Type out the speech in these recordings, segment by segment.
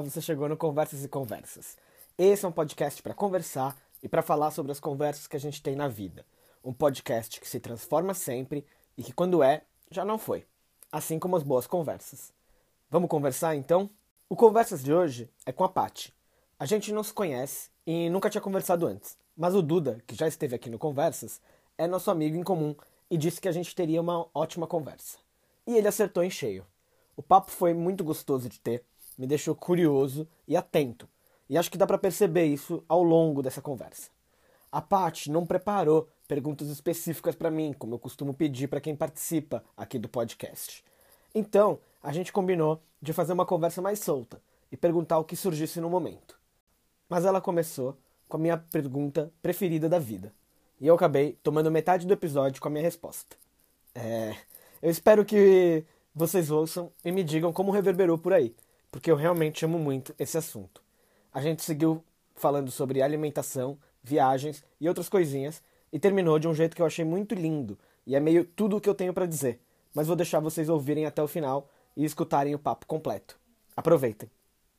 você chegou no Conversas e Conversas. Esse é um podcast para conversar e para falar sobre as conversas que a gente tem na vida. Um podcast que se transforma sempre e que quando já não foi. Assim como as boas conversas. Vamos conversar então? O Conversas de hoje é com a Paty. A gente não se conhece e nunca tinha conversado antes. Mas o Duda, que já esteve aqui no Conversas, é nosso amigo em comum e disse que a gente teria uma ótima conversa. E ele acertou em cheio. O papo foi muito gostoso de ter, me deixou curioso e atento. E acho que dá para perceber isso ao longo dessa conversa. A Paty não preparou perguntas específicas para mim, como eu costumo pedir para quem participa aqui do podcast. Então, a gente combinou de fazer uma conversa mais solta e perguntar o que surgisse no momento. Mas ela começou com a minha pergunta preferida da vida. E eu acabei tomando metade do episódio com a minha resposta. Eu espero que vocês ouçam e me digam como reverberou por aí, porque eu realmente amo muito esse assunto. A gente seguiu falando sobre alimentação, viagens e outras coisinhas e terminou de um jeito que eu achei muito lindo e é meio tudo o que eu tenho para dizer, mas vou deixar vocês ouvirem até o final e escutarem o papo completo. Aproveitem!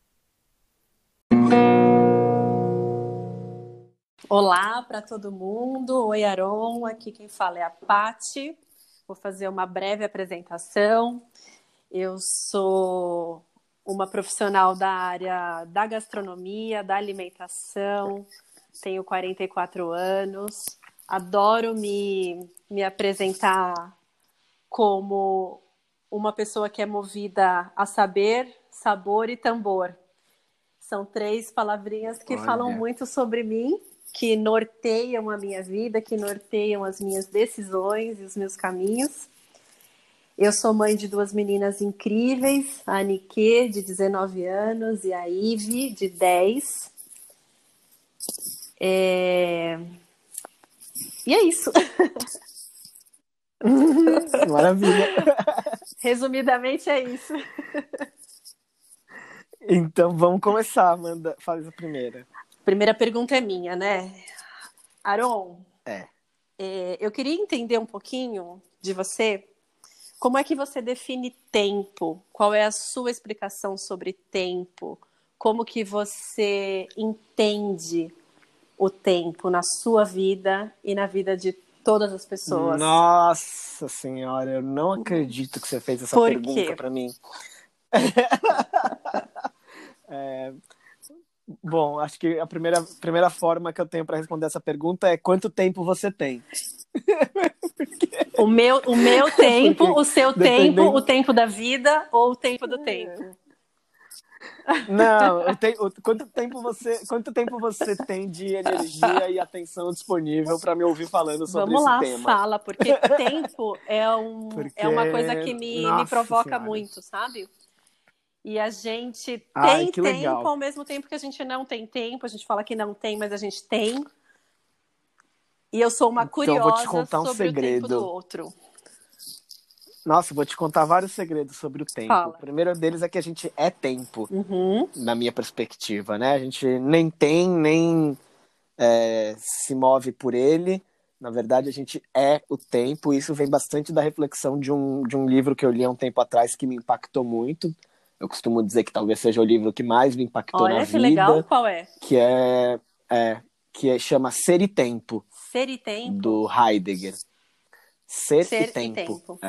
Olá para todo mundo, oi Aron, aqui quem fala é a Paty. Vou fazer uma breve apresentação. Eu sou uma profissional da área da gastronomia, da alimentação, tenho 44 anos, adoro me apresentar como uma pessoa que é movida a saber, sabor e tambor. São 3 palavrinhas que falam muito sobre mim, que norteiam a minha vida, que norteiam as minhas decisões e os meus caminhos. Eu sou mãe de 2 meninas incríveis, a Anique, de 19 anos, e a Ive, de 10. E é isso. Maravilha! Resumidamente é isso. Então vamos começar, Amanda. Faz a primeira. Primeira pergunta é minha, né? Aron, É. Eu queria entender um pouquinho de você. Como é que você define tempo? Qual é a sua explicação sobre tempo? Como que você entende o tempo na sua vida e na vida de todas as pessoas? Nossa senhora, eu não acredito que você fez essa Por pergunta quê? para mim. Bom, acho que a primeira forma que eu tenho para responder essa pergunta é quanto tempo você tem? O meu tempo, Porque o seu tempo, o tempo da vida ou o tempo do tempo? Não, quanto tempo você tem de energia e atenção disponível para me ouvir falando sobre Vamos esse lá, tema? fala, porque tempo é uma coisa que me provoca Senhora. muito, sabe? E a gente Ai, tem que tempo legal. ao mesmo tempo que a gente não tem tempo. A gente fala que não tem, mas a gente tem. E eu sou uma Então, eu vou te curiosa contar um sobre o tempo do segredo. outro. Nossa, vou te contar vários segredos sobre o tempo. Fala. O primeiro deles é que a gente é tempo, Uhum. na minha perspectiva, né? A gente nem tem, nem se move por ele. Na verdade, a gente é o tempo. Isso vem bastante da reflexão de um livro que eu li há um tempo atrás que me impactou muito. Eu costumo dizer que talvez seja o livro que mais me impactou na Olha que vida. legal, qual é? Que chama Ser e Tempo, Ser e tempo. do Heidegger. Ser Ser e Tempo. e tempo.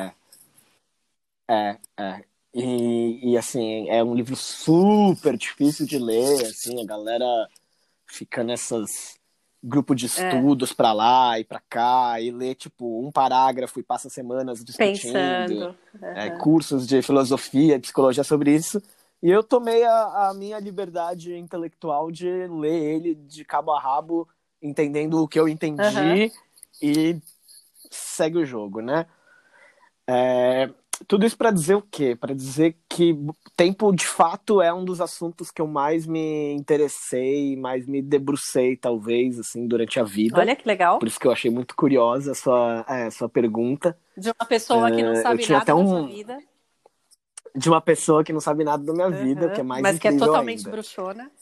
E assim, é um livro super difícil de ler, assim, a galera fica nessas grupos de estudos pra lá e pra cá, e lê, tipo, um parágrafo e passa semanas discutindo. Pensando. Uhum. Cursos de filosofia, psicologia sobre isso. E eu tomei a minha liberdade intelectual de ler ele de cabo a rabo, entendendo o que eu entendi, e segue o jogo, né? Tudo isso para dizer o quê? Para dizer que tempo, de fato, é um dos assuntos que eu mais me interessei, mais me debrucei, talvez, assim, durante a vida. Olha que legal. Por isso que eu achei muito curiosa a sua pergunta. De uma pessoa que não sabe nada da sua vida. De uma pessoa que não sabe nada da minha vida, o que é mais mas incrível que é totalmente ainda. bruxona.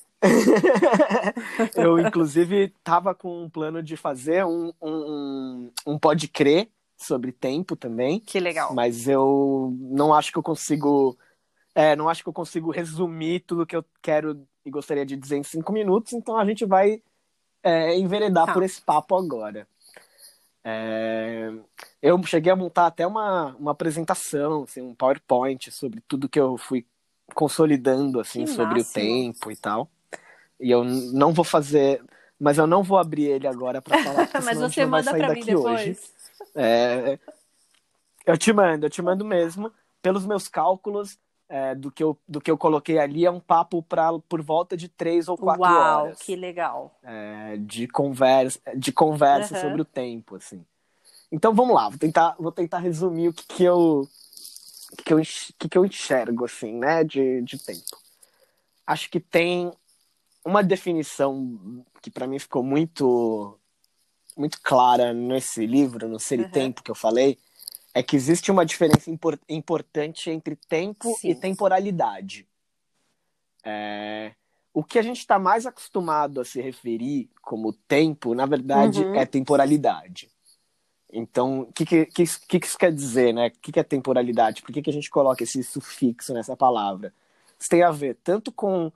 Eu, inclusive, tava com um plano de fazer um Pode Crer sobre tempo também. Que legal. Mas eu não acho que eu consigo Não acho que eu consigo resumir tudo que eu quero e gostaria de dizer em 5 minutos, então a gente vai enveredar por Tá. esse papo agora. Eu cheguei a montar até uma apresentação, assim, um PowerPoint sobre tudo que eu fui consolidando assim, Que sobre o máximo. tempo e tal. E eu não vou fazer, mas eu não vou abrir ele agora para falar, porque Mas senão a gente você não vai manda sair para mim daqui hoje. depois? Eu te mando mesmo. Pelos meus cálculos, do que eu coloquei ali, é um papo por volta de 3 ou 4 Uau, que horas legal. de conversa sobre Aham. o tempo, assim. Então vamos lá, vou tentar resumir o que eu enxergo, assim, né, de tempo. Acho que tem uma definição que para mim ficou muito clara nesse livro, no Ser e Aham. Tempo que eu falei, é que existe uma diferença importante entre tempo e Sim. temporalidade. O que a gente está mais acostumado a se referir como tempo, na verdade, é Uhum. temporalidade. Então, o que isso quer dizer, né? O que é temporalidade? Por que a gente coloca esse sufixo nessa palavra? Isso tem a ver tanto com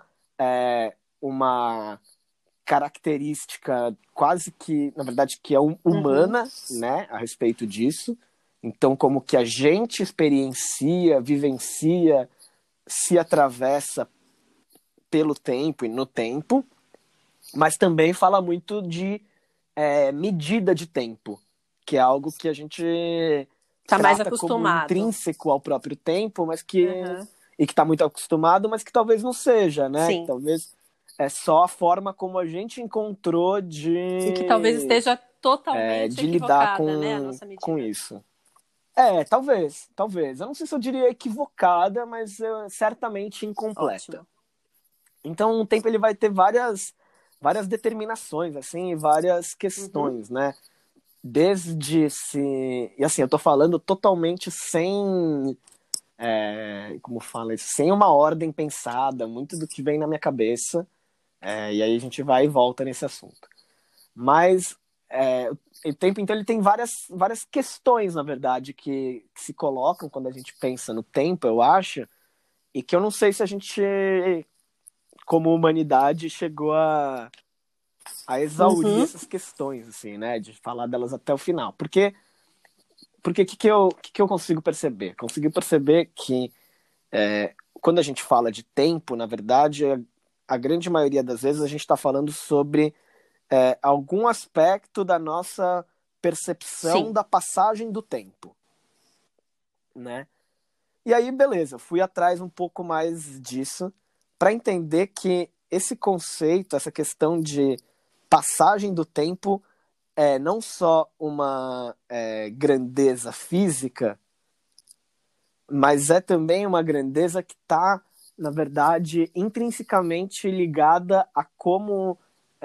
uma característica quase que, na verdade, que é Uhum. humana, né, a respeito disso. Então, como que a gente experiencia, vivencia, se atravessa pelo tempo e no tempo, mas também fala muito de medida de tempo, que é algo que a gente Tá mais trata como acostumado. intrínseco ao próprio tempo, mas que Aham. e que está muito acostumado, mas que talvez não seja, né? Que Sim. talvez é só a forma como a gente encontrou E que talvez esteja totalmente de lidar equivocada, né, a nossa com medida. isso. Talvez. Eu não sei se eu diria equivocada, mas certamente incompleta. Ótimo. Então, o tempo ele vai ter várias determinações, assim, e várias Uhum. questões, né? Desde se... E assim, eu tô falando totalmente sem... como fala isso? Sem uma ordem pensada, muito do que vem na minha cabeça. E aí a gente vai e volta nesse assunto. Mas o tempo, então, ele tem várias questões, na verdade, que se colocam quando a gente pensa no tempo, eu acho, e que eu não sei se a gente, como humanidade, chegou a exaurir Uhum. essas questões, assim, né? De falar delas até o final. Porque que eu consigo perceber? Consigo perceber que quando a gente fala de tempo, na verdade, a grande maioria das vezes a gente está falando sobre algum aspecto da nossa percepção Sim. da passagem do tempo, né? E aí, beleza, fui atrás um pouco mais disso para entender que esse conceito, essa questão de passagem do tempo é não só uma grandeza física, mas é também uma grandeza que está, na verdade, intrinsecamente ligada a como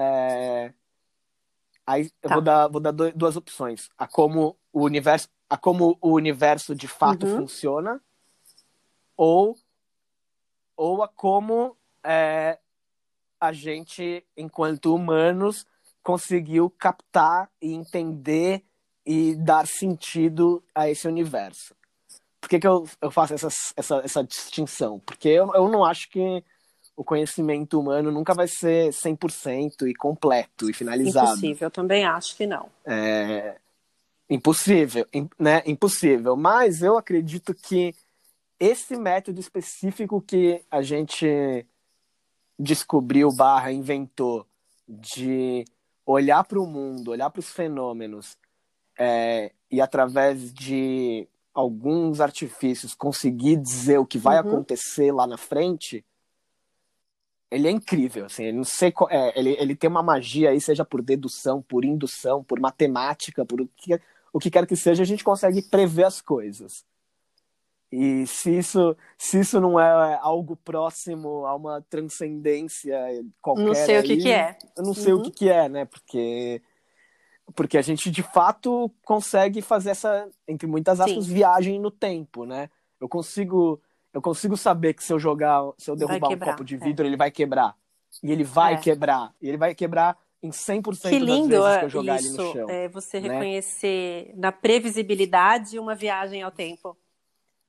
aí eu Tá. vou dar duas opções. A como o universo de fato Uhum. funciona, ou, ou a como a gente, enquanto humanos, conseguiu captar e entender e dar sentido a esse universo. Por que eu faço essa distinção? Porque eu não acho que o conhecimento humano nunca vai ser 100% e completo e finalizado. Impossível, eu também acho que não. Impossível, né? Impossível. Mas eu acredito que esse método específico que a gente descobriu, inventou, de olhar para o mundo, olhar para os fenômenos e através de alguns artifícios conseguir dizer o que vai Uhum. acontecer lá na frente, ele é incrível, assim, ele não sei ele tem uma magia aí, seja por dedução, por indução, por matemática, por o que quer que seja, a gente consegue prever as coisas. E se isso não é algo próximo a uma transcendência Não qualquer sei o que que aí, é. eu não sei o Uhum. que é, né? Porque a gente de fato consegue fazer essa, entre muitas aspas, Sim, viagem no tempo, né? Eu consigo, eu consigo saber que se eu vai derrubar um copo quebrar. de vidro, ele vai quebrar. E ele vai É. quebrar. E ele vai quebrar em cem por Que cento das lindo vezes que eu jogar ele no isso, chão, você né? reconhecer na previsibilidade uma viagem ao tempo.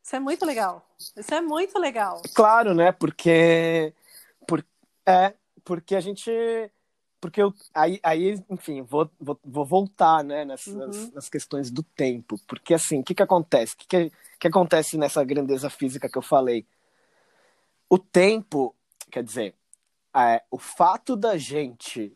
Isso é muito legal. Isso é muito legal. Claro, né? Por, porque a gente. Porque aí enfim, vou voltar, né, nas questões do tempo. Porque, assim, o que acontece? Que acontece nessa grandeza física que eu falei? O tempo, quer dizer, o fato da gente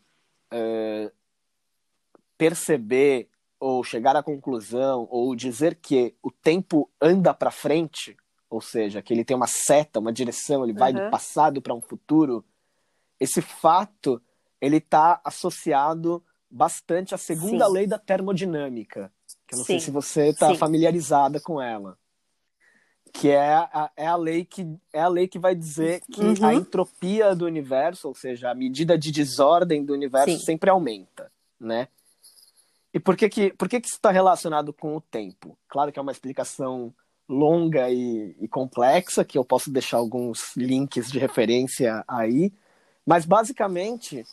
perceber ou chegar à conclusão ou dizer que o tempo anda para frente, ou seja, que ele tem uma seta, uma direção, ele vai do passado para um futuro, esse fato ele está associado bastante à segunda lei da termodinâmica, que eu não sei se você está familiarizada com ela, que é a lei que vai dizer que a entropia do universo, ou seja, a medida de desordem do universo sempre aumenta, né? E por que isso está relacionado com o tempo? Claro que é uma explicação longa e complexa, que eu posso deixar alguns links de referência aí, mas basicamente,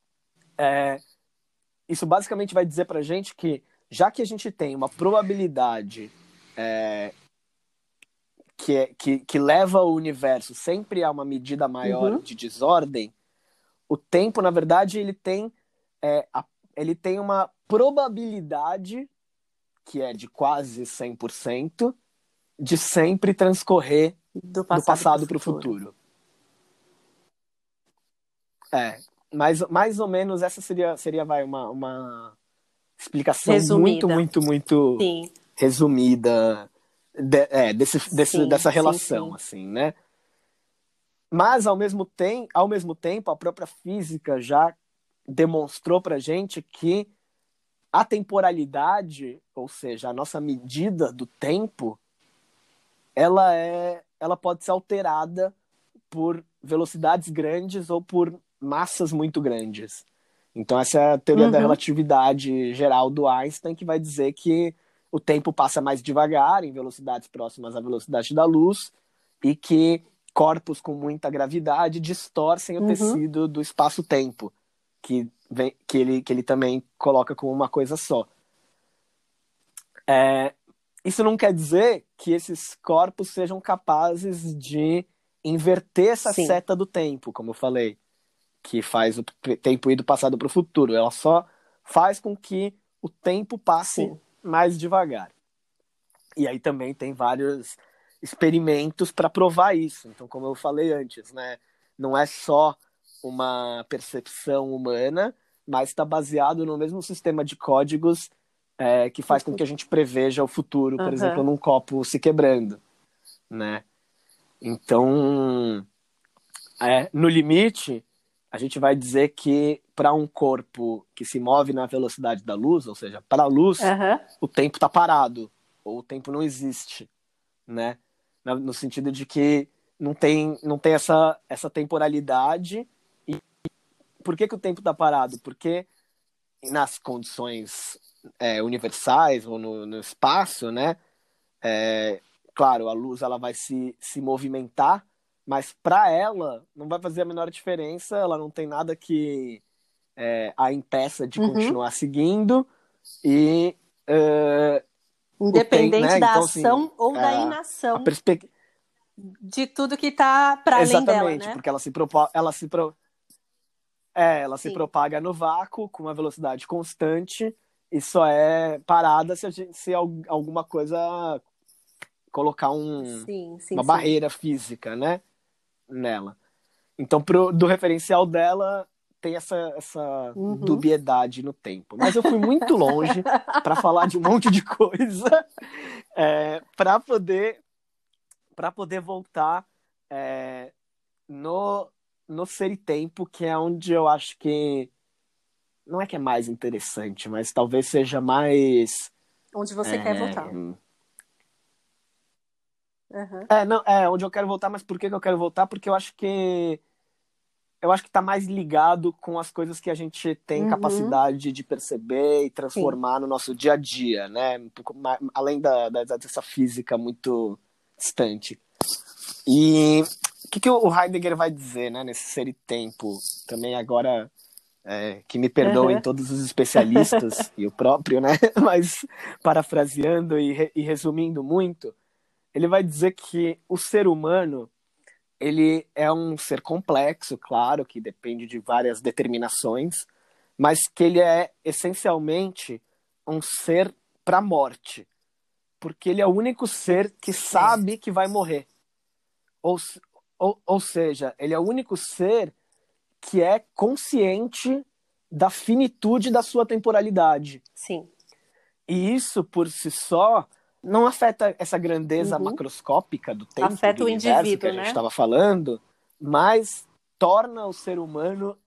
isso basicamente vai dizer para a gente que, já que a gente tem uma probabilidade que leva o universo sempre a uma medida maior de desordem, o tempo, na verdade, ele tem uma probabilidade, que é de quase 100%, de sempre transcorrer do passado para o futuro. Mais ou menos essa seria uma explicação resumida. muito Sim. resumida dessa relação, assim, né? Mas, ao mesmo tempo, a própria física já demonstrou pra gente que a temporalidade, ou seja, a nossa medida do tempo, ela pode ser alterada por velocidades grandes ou por massas muito grandes. Então, essa é a teoria da relatividade geral do Einstein, que vai dizer que o tempo passa mais devagar, em velocidades próximas à velocidade da luz, e que corpos com muita gravidade distorcem o tecido do espaço-tempo, que ele também coloca como uma coisa só. Isso não quer dizer que esses corpos sejam capazes de inverter essa seta do tempo, como eu falei, que faz o tempo ir do passado para o futuro. Ela só faz com que o tempo passe mais devagar. E aí também tem vários experimentos para provar isso. Então, como eu falei antes, né, não é só uma percepção humana, mas está baseado no mesmo sistema de códigos que faz com que a gente preveja o futuro, por exemplo, num copo se quebrando, né? Então, no limite, a gente vai dizer que para um corpo que se move na velocidade da luz, ou seja, para a luz, o tempo está parado, ou o tempo não existe, né? No sentido de que não tem essa temporalidade. E por que o tempo está parado? Porque nas condições universais ou no espaço, né? Claro, a luz ela vai se movimentar, mas para ela não vai fazer a menor diferença, ela não tem nada que a impeça de continuar seguindo, e independente da então, ação assim, ou da inação de tudo que está para além dela, né? Exatamente, porque ela se propaga no vácuo com uma velocidade constante e só é parada se alguma coisa colocar uma barreira física, né, nela. Então, do referencial dela tem essa dubiedade no tempo. Mas eu fui muito longe para falar de um monte de coisa para poder voltar no Ser e Tempo, que é onde eu acho que não é que é mais interessante, mas talvez seja mais... Onde você quer voltar. Onde eu quero voltar, mas por que eu quero voltar? Porque eu acho que está mais ligado com as coisas que a gente tem capacidade de perceber e transformar no nosso dia a dia, né? Um pouco mais, além dessa física muito distante. E o que o Heidegger vai dizer, né, nesse Ser e Tempo? Também agora, que me perdoem todos os especialistas, e o próprio, né? Mas parafraseando e resumindo muito, ele vai dizer que o ser humano, ele é um ser complexo, claro, que depende de várias determinações, mas que ele é essencialmente um ser para a morte, porque ele é o único ser que sabe que vai morrer. Ou, ou seja, ele é o único ser que é consciente da finitude da sua temporalidade. Sim. E isso, por si só, não afeta essa grandeza macroscópica do tempo, afeta do o universo indivíduo, que a gente né? estava falando, mas torna o ser humano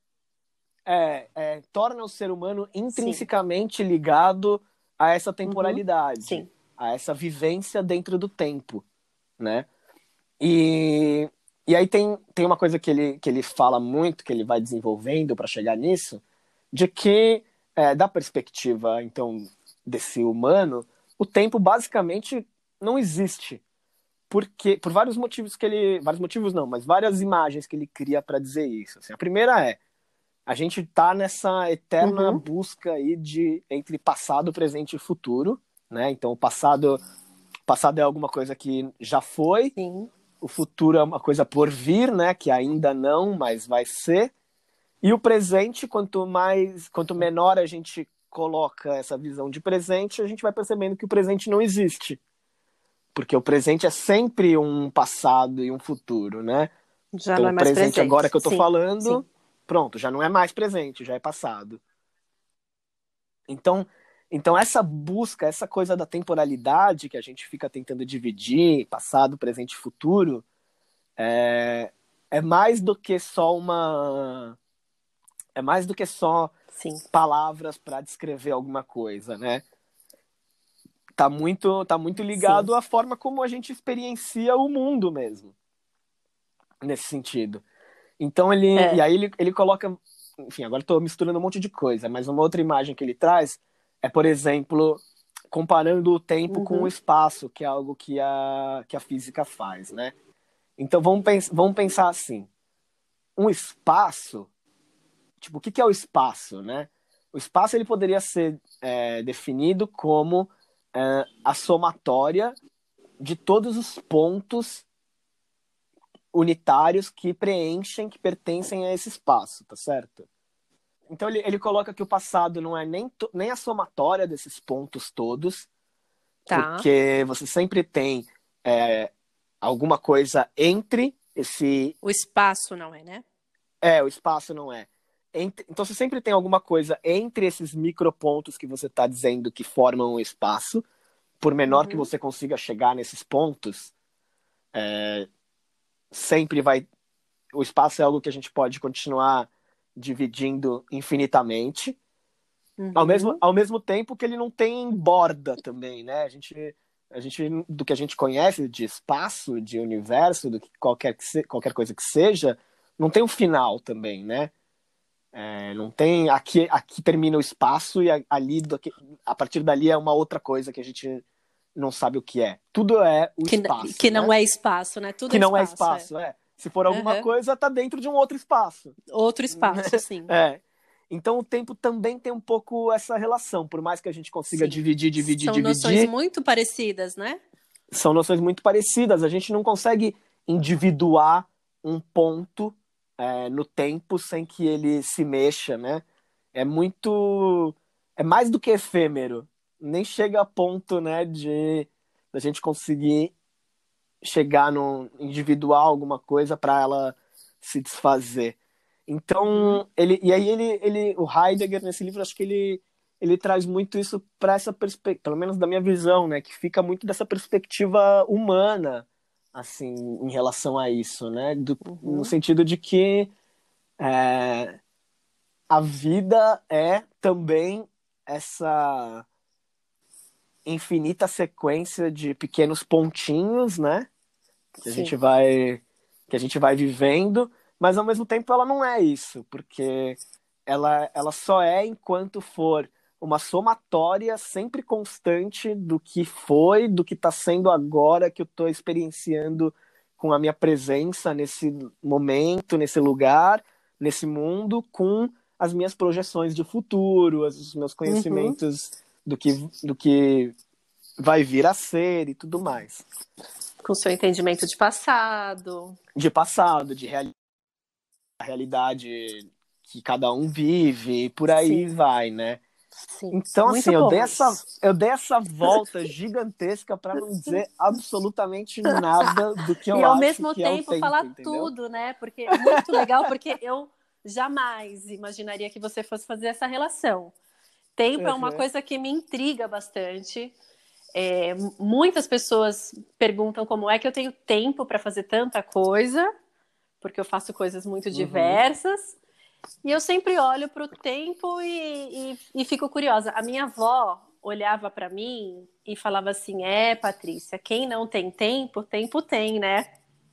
intrinsecamente ligado a essa temporalidade, Sim. a essa vivência dentro do tempo, né? E aí tem uma coisa que ele fala muito, que ele vai desenvolvendo para chegar nisso, de que, da perspectiva, então, desse humano, o tempo basicamente não existe. Porque, por vários motivos que ele... Vários motivos não, mas várias imagens que ele cria para dizer isso. Assim, a primeira é, a gente está nessa eterna busca aí entre passado, presente e futuro, né? Então, o passado é alguma coisa que já foi, Sim. o futuro é uma coisa por vir, né? Que ainda não, mas vai ser. E o presente, quanto menor a gente coloca essa visão de presente, a gente vai percebendo que o presente não existe. Porque o presente é sempre um passado e um futuro, né? Já então não é o mais presente presente. agora que eu tô Sim. falando, Sim. pronto, já não é mais presente, já é passado. Então essa busca, essa coisa da temporalidade que a gente fica tentando dividir, passado, presente e futuro, é mais do que só Sim. palavras para descrever alguma coisa, né? Tá muito ligado à forma como a gente experiencia o mundo mesmo, nesse sentido. Então e aí ele coloca, enfim, agora estou misturando um monte de coisa, mas uma outra imagem que ele traz é, por exemplo, comparando o tempo com o espaço, que é algo que a física faz, né? Então vamos pensar assim, um espaço, tipo, o que é o espaço, né? O espaço ele poderia ser definido como a somatória de todos os pontos unitários que preenchem, que pertencem a esse espaço, tá certo? Então ele coloca que o passado não é nem a somatória desses pontos todos, porque você sempre tem alguma coisa entre esse... O espaço não é, né? O espaço não é. Então você sempre tem alguma coisa entre esses micropontos que você está dizendo que formam o espaço, por menor que você consiga chegar nesses pontos, sempre vai... O espaço é algo que a gente pode continuar dividindo infinitamente, ao mesmo tempo que ele não tem borda também, né? A gente, do que a gente conhece de espaço, de universo, do que qualquer coisa que seja, não tem um final também, né? Não tem... Aqui termina o espaço e a partir dali é uma outra coisa que a gente não sabe o que é. Tudo é o espaço, que né? não é espaço, né? Tudo que é não espaço. É espaço, Se for alguma coisa, tá dentro de um outro espaço. Outro espaço, sim. Então o tempo também tem um pouco essa relação, por mais que a gente consiga dividir. São noções muito parecidas, né? São noções muito parecidas. A gente não consegue individuar um ponto no tempo sem que ele se mexa, né? É mais do que efêmero. Nem chega a ponto, né, de a gente conseguir chegar no individual alguma coisa para ela se desfazer. Então, o Heidegger nesse livro, acho que ele traz muito isso para essa perspectiva, pelo menos da minha visão, né, que fica muito dessa perspectiva humana, assim, em relação a isso, né, no sentido de que a vida é também essa infinita sequência de pequenos pontinhos, né, que a gente vai vivendo, mas ao mesmo tempo ela não é isso, porque ela só é enquanto for uma somatória sempre constante do que foi, do que está sendo agora, que eu estou experienciando com a minha presença nesse momento, nesse lugar, nesse mundo, com as minhas projeções de futuro, os meus conhecimentos do que vai vir a ser e tudo mais. Com seu entendimento de passado. De passado, de realidade que cada um vive, e por aí Sim, vai, né? sim. Então, assim, Muito bom isso. eu dei essa volta gigantesca para não dizer absolutamente nada do que E eu ao acho mesmo que é o tempo tempo, falar entendeu? tudo, né? Porque muito legal, porque eu jamais imaginaria que você fosse fazer essa relação. Tempo é uma Uhum. coisa que me intriga bastante. Muitas pessoas perguntam como é que eu tenho tempo para fazer tanta coisa, porque eu faço coisas muito Uhum. diversas. E eu sempre olho para o tempo e fico curiosa. A minha avó olhava para mim e falava assim: Patrícia, quem não tem tempo, tempo tem, né?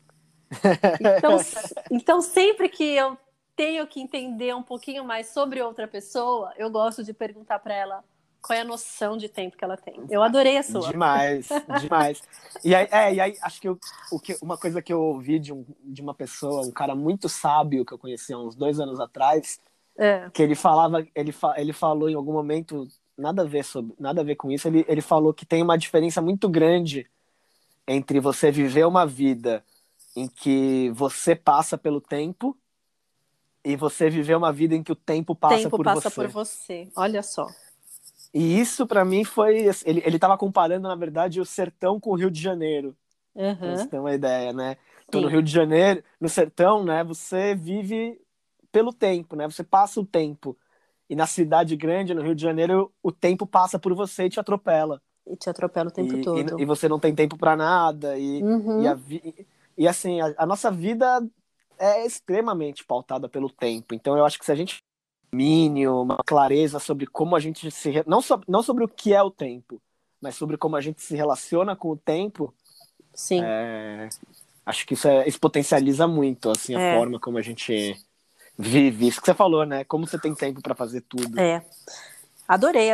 Então, então, sempre que eu tenho que entender um pouquinho mais sobre outra pessoa, eu gosto de perguntar para ela qual é a noção de tempo que ela tem. Eu adorei a sua. Demais, demais. E aí acho que, uma coisa que eu ouvi de uma pessoa, um cara muito sábio que eu conheci há uns 2 anos atrás, É, que ele falava, ele falou em algum momento, nada a ver com isso, ele falou que tem uma diferença muito grande entre você viver uma vida em que você passa pelo tempo e você viver uma vida em que o tempo passa tempo por passa por você. você. Olha só. E isso para mim foi, ele estava comparando na verdade o sertão com o Rio de Janeiro, para você Uhum, ter uma ideia, né? Então no sim. Rio de Janeiro, no sertão, né, você vive pelo tempo, né? Você passa o tempo. E na cidade grande, no Rio de Janeiro, o tempo passa por você e te atropela. E te atropela o tempo todo. E você não tem tempo para nada. Uhum. E assim, a nossa vida é extremamente pautada pelo tempo. Então eu acho que se a gente mínimo, uma clareza sobre como a gente não sobre o que é o tempo, mas sobre como a gente se relaciona com o tempo, Sim, acho que isso potencializa muito assim a é, forma como a gente vive. Isso que você falou, né? Como você tem tempo para fazer tudo. é. Adorei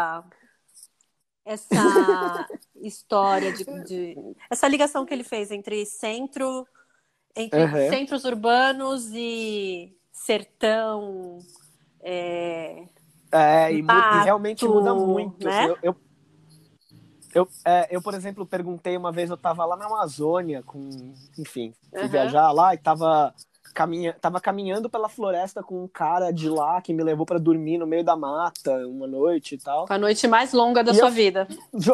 essa história essa ligação que ele fez entre Uhum. centros urbanos e sertão, é, E realmente muda mato, muito. Assim, né? eu, por exemplo, perguntei uma vez, eu estava lá na Amazônia, enfim, fui Uhum. viajar lá e tava caminhando pela floresta com um cara de lá que me levou para dormir no meio da mata uma noite e tal. Com a noite mais longa da E eu, sua vida.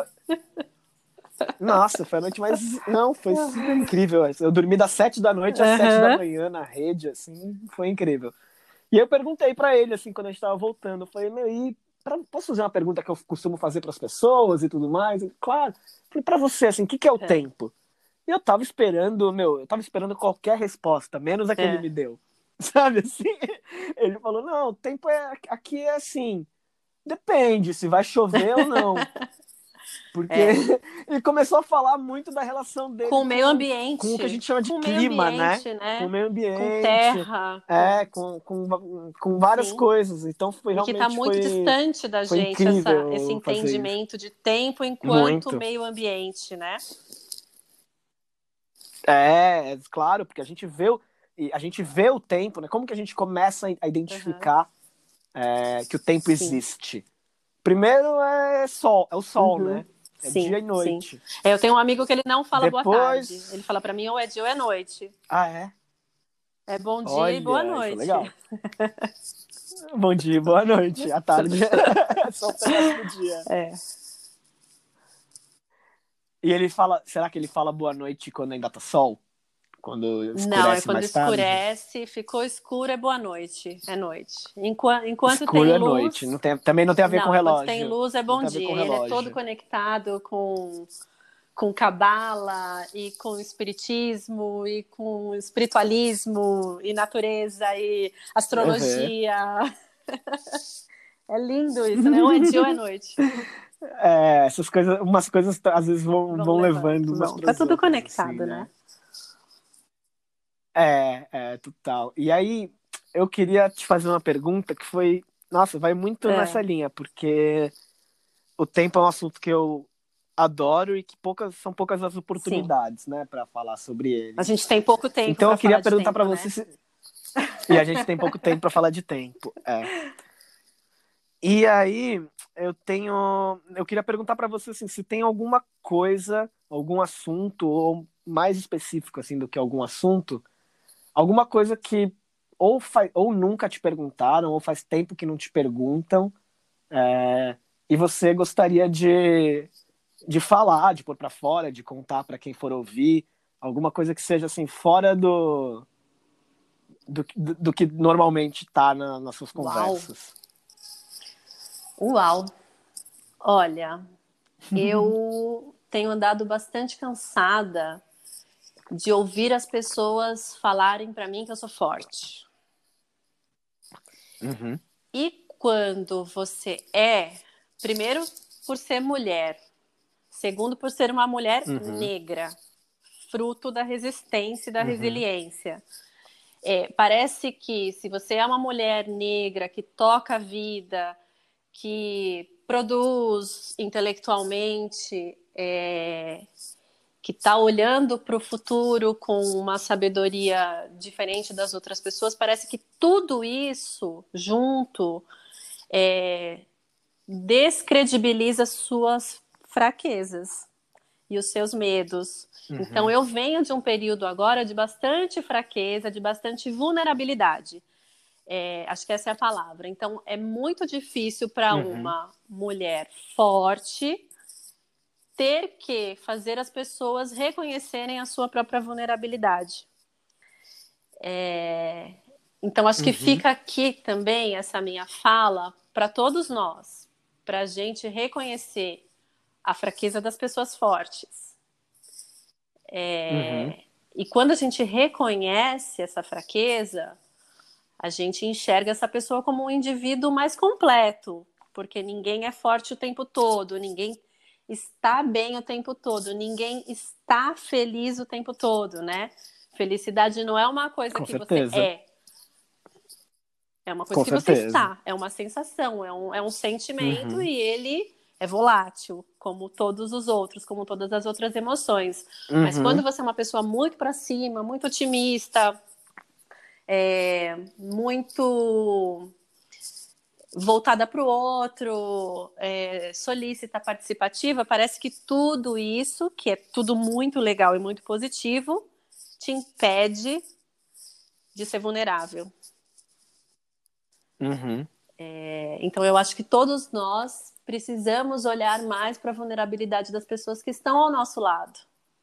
nossa, foi a noite mais, não, foi super incrível. Eu dormi das 7 da noite às 7 da Uhum. manhã na rede, assim, foi incrível. E eu perguntei para ele, assim, quando a gente tava voltando, eu falei, meu, posso fazer uma pergunta que eu costumo fazer para as pessoas e tudo mais? Ele, claro. Eu falei, para você, assim, o que é o É, tempo? E eu tava esperando qualquer resposta, menos a que ele é, me deu. Sabe assim? Ele falou: não, o tempo aqui é assim, depende se vai chover ou não. Porque é. ele começou a falar muito da relação Com dele o meio com o que a ambiente, gente chama de com o meio clima, né? ambiente, Com o né? meio Com ambiente, terra, com com várias sim. coisas. Então E que está muito distante da foi gente esse incrível fazer isso. entendimento de tempo enquanto Muito. meio ambiente, né? Claro, porque a gente vê o tempo, né? Como que a gente começa a Uhum. identificar que o tempo Sim. existe? Primeiro é o sol, Uhum. né? É Sim, dia e sim. noite. Eu tenho um amigo que ele não fala boa tarde. Ele Depois, fala para mim ou é dia ou é noite. ah, é? É bom dia e boa Olha, isso é noite. legal. Bom dia, boa noite. À tarde é só o pedaço do dia. É. E ele fala, será que ele fala boa noite quando ainda tá sol? Quando Não, é escurece quando mais tarde? escurece, ficou escuro, é boa noite. É noite. Enquanto tem Escuro é noite. luz. Também não tem a ver com Não, enquanto tem relógio. luz é Não bom tem a ver dia. com E ele é todo relógio. conectado com cabala e com espiritismo e com espiritualismo e natureza e Uhum. astrologia. É lindo isso, né? Ou é dia ou é noite. Essas coisas, umas coisas às vezes Vão vão levando, levando umas vão. para Tá as tudo outras, assim, conectado, né? né? Total. E aí, eu queria te fazer uma pergunta que foi, nossa, vai muito nessa É, linha, porque o tempo é um assunto que eu adoro e que são poucas as sim. oportunidades, né, para falar sobre A ele. gente tem pouco tempo Então para eu queria falar de perguntar para tempo, você né? e a gente tem pouco tempo para falar de tempo. E aí, eu queria perguntar para você assim, se tem alguma coisa, algum assunto ou mais específico assim do que algum assunto, alguma coisa que ou nunca te perguntaram, ou faz tempo que não te perguntam, e você gostaria de falar, de pôr pra fora, de contar pra quem for ouvir, alguma coisa que seja assim fora do que normalmente tá nas suas Uau! conversas. Uau! Olha, eu tenho andado bastante cansada de ouvir as pessoas falarem para mim que eu sou forte. Uhum. E quando primeiro, por ser mulher, segundo, por ser uma mulher negra, fruto da resistência e da resiliência. Parece que se você é uma mulher negra que toca a vida, que produz intelectualmente, que está olhando para o futuro com uma sabedoria diferente das outras pessoas, parece que tudo isso junto descredibiliza suas fraquezas e os seus medos. Então, eu venho de um período agora de bastante fraqueza, de bastante vulnerabilidade. Acho que essa é a palavra. Então, é muito difícil para uma mulher forte ter que fazer as pessoas reconhecerem a sua própria vulnerabilidade. Então, acho que fica aqui também essa minha fala para todos nós, para a gente reconhecer a fraqueza das pessoas fortes. E quando a gente reconhece essa fraqueza, a gente enxerga essa pessoa como um indivíduo mais completo, porque ninguém é forte o tempo todo, ninguém está bem o tempo todo, ninguém está feliz o tempo todo, né? Felicidade não é uma coisa Com que você certeza. é uma coisa Com que você certeza. está, é uma sensação, é um sentimento e ele é volátil, como todos os outros, como todas as outras emoções. Mas quando você é uma pessoa muito para cima, muito otimista, muito voltada para o outro, solícita, participativa, parece que tudo isso, que é tudo muito legal e muito positivo, te impede de ser vulnerável. Então, eu acho que todos nós precisamos olhar mais para a vulnerabilidade das pessoas que estão ao nosso lado.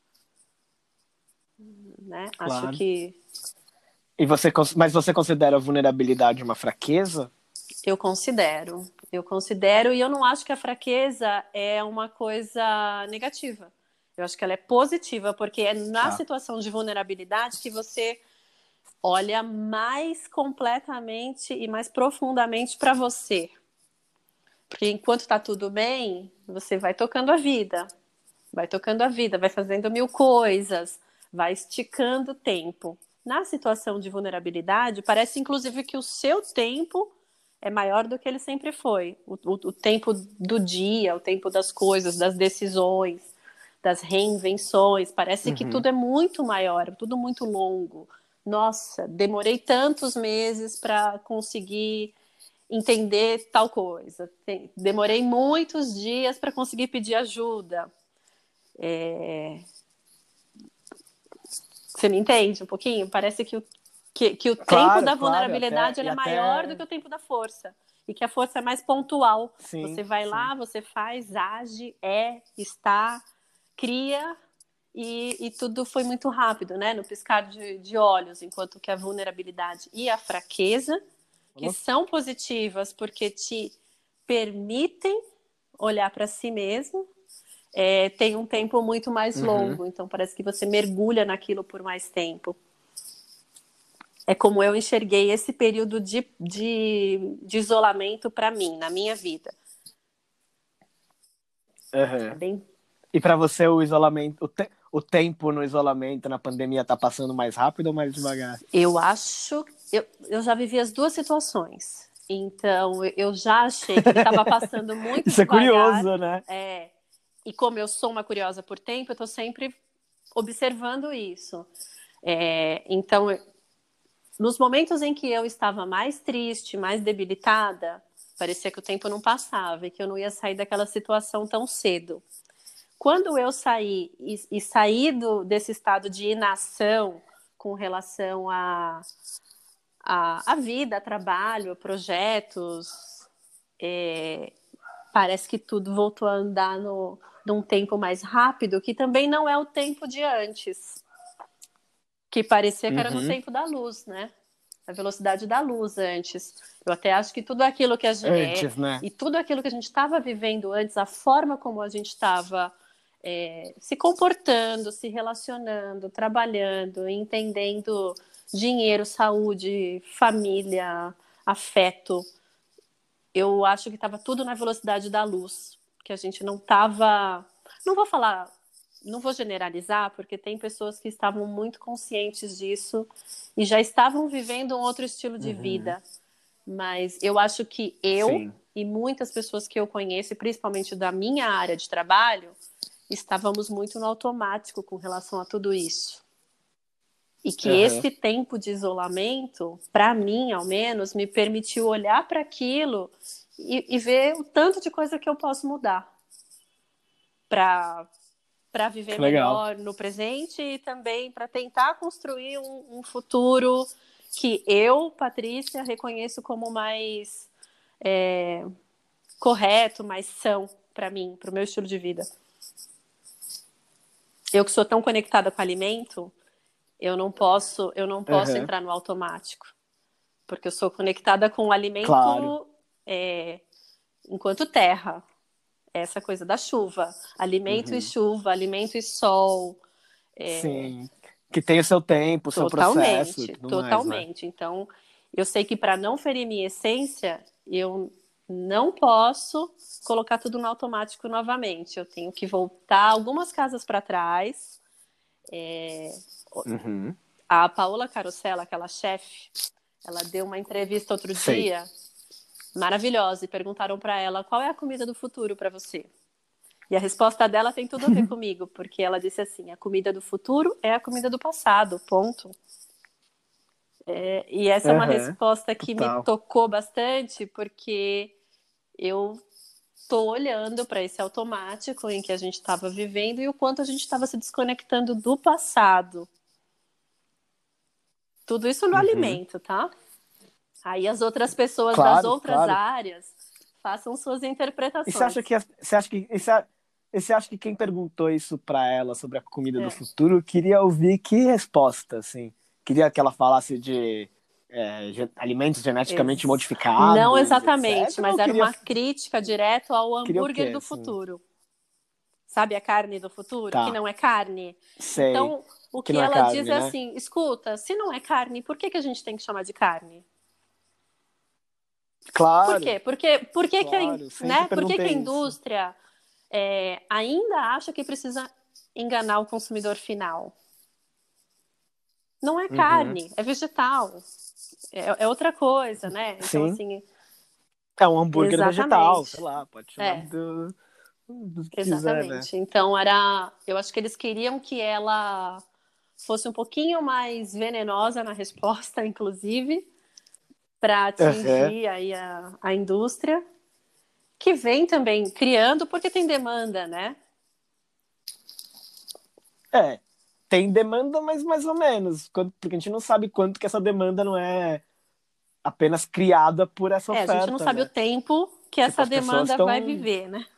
Né? Claro. Acho que... Mas você considera a vulnerabilidade uma fraqueza? Eu considero, e eu não acho que a fraqueza é uma coisa negativa. Eu acho que ela é positiva, porque é na situação de vulnerabilidade que você olha mais completamente e mais profundamente para você. Porque enquanto está tudo bem, você vai tocando a vida, vai fazendo mil coisas, vai esticando o tempo. Na situação de vulnerabilidade, parece inclusive que o seu tempo é maior do que ele sempre foi. O tempo do dia, o tempo das coisas, das decisões, das reinvenções. Parece que tudo é muito maior, tudo muito longo. Nossa, demorei tantos meses para conseguir entender tal coisa. Demorei muitos dias para conseguir pedir ajuda. Você me entende um pouquinho? Parece que o tempo da vulnerabilidade ele é maior do que o tempo da força. E que a força é mais pontual. Você vai lá, você faz, age, está, cria, e tudo foi muito rápido, né? No piscar de olhos, enquanto que a vulnerabilidade e a fraqueza, que são positivas porque te permitem olhar para si mesmo, tem um tempo muito mais longo. Então parece que você mergulha naquilo por mais tempo. É como eu enxerguei esse período de isolamento para mim, na minha vida. É bem... E para você o isolamento, o tempo no isolamento, na pandemia, tá passando mais rápido ou mais devagar? Eu acho... Eu já vivi as duas situações. Então, eu já achei que ele estava passando muito Isso devagar. Isso é curioso, né? E como eu sou uma curiosa por tempo, eu estou sempre observando isso. Então, nos momentos em que eu estava mais triste, mais debilitada, parecia que o tempo não passava e que eu não ia sair daquela situação tão cedo. Quando eu saí e saí desse estado de inação com relação a vida, a trabalho, a projetos, parece que tudo voltou a andar num tempo mais rápido, que também não é o tempo de antes, que parecia que era no tempo da luz, né? A velocidade da luz antes. Eu até acho que tudo aquilo que a gente né? e tudo aquilo que a gente estava vivendo antes, a forma como a gente estava se comportando, se relacionando, trabalhando, entendendo dinheiro, saúde, família, afeto. Eu acho que estava tudo na velocidade da luz, que a gente não estava. Não vou generalizar, porque tem pessoas que estavam muito conscientes disso e já estavam vivendo um outro estilo de vida. Mas eu acho que Sim. e muitas pessoas que eu conheço, principalmente da minha área de trabalho, estávamos muito no automático com relação a tudo isso. E que esse tempo de isolamento, para mim, ao menos, me permitiu olhar para aquilo e ver o tanto de coisa que eu posso mudar para viver melhor no presente e também para tentar construir um futuro que eu, Patrícia, reconheço como mais correto, mais são para mim, para o meu estilo de vida. Eu que sou tão conectada com o alimento, eu não posso entrar no automático, porque eu sou conectada com o alimento enquanto terra. Essa coisa da chuva, alimento e chuva, alimento e sol. Sim, que tem o seu tempo, o seu processo e tudo totalmente. Mais, né? Então, eu sei que para não ferir minha essência, eu não posso colocar tudo no automático novamente. Eu tenho que voltar algumas casas para trás. A Paola Carosella, aquela chefe, ela deu uma entrevista outro dia, maravilhosa, e perguntaram para ela qual é a comida do futuro para você. E a resposta dela tem tudo a ver comigo, porque ela disse assim: a comida do futuro é a comida do passado, ponto. E essa é uma resposta que me tocou bastante, porque eu estou olhando para esse automático em que a gente estava vivendo e o quanto a gente estava se desconectando do passado. Tudo isso no alimento, tá? Aí as outras pessoas das outras áreas façam suas interpretações. E você acha que quem perguntou isso para ela sobre a comida do futuro queria ouvir que resposta, assim? Queria que ela falasse de alimentos geneticamente modificados? Não exatamente, etc., mas era uma crítica direto ao hambúrguer do assim? futuro. Sabe a carne do futuro? Que não é carne. Sei. Então, o que ela diz é assim, escuta, se não é carne, por que a gente tem que chamar de carne? Claro. Por quê? Por que a indústria ainda acha que precisa enganar o consumidor final? Não é carne, é vegetal. É outra coisa, né? Então, assim... É um hambúrguer vegetal, sei lá, pode chamar do que exatamente. quiser, né? Então, eu acho que eles queriam que ela fosse um pouquinho mais venenosa na resposta, inclusive, para atingir aí a indústria, que vem também criando, porque tem demanda, né? Tem demanda, mas mais ou menos, porque a gente não sabe quanto que essa demanda não é apenas criada por essa oferta. A gente não sabe o tempo que essa demanda vai viver, né?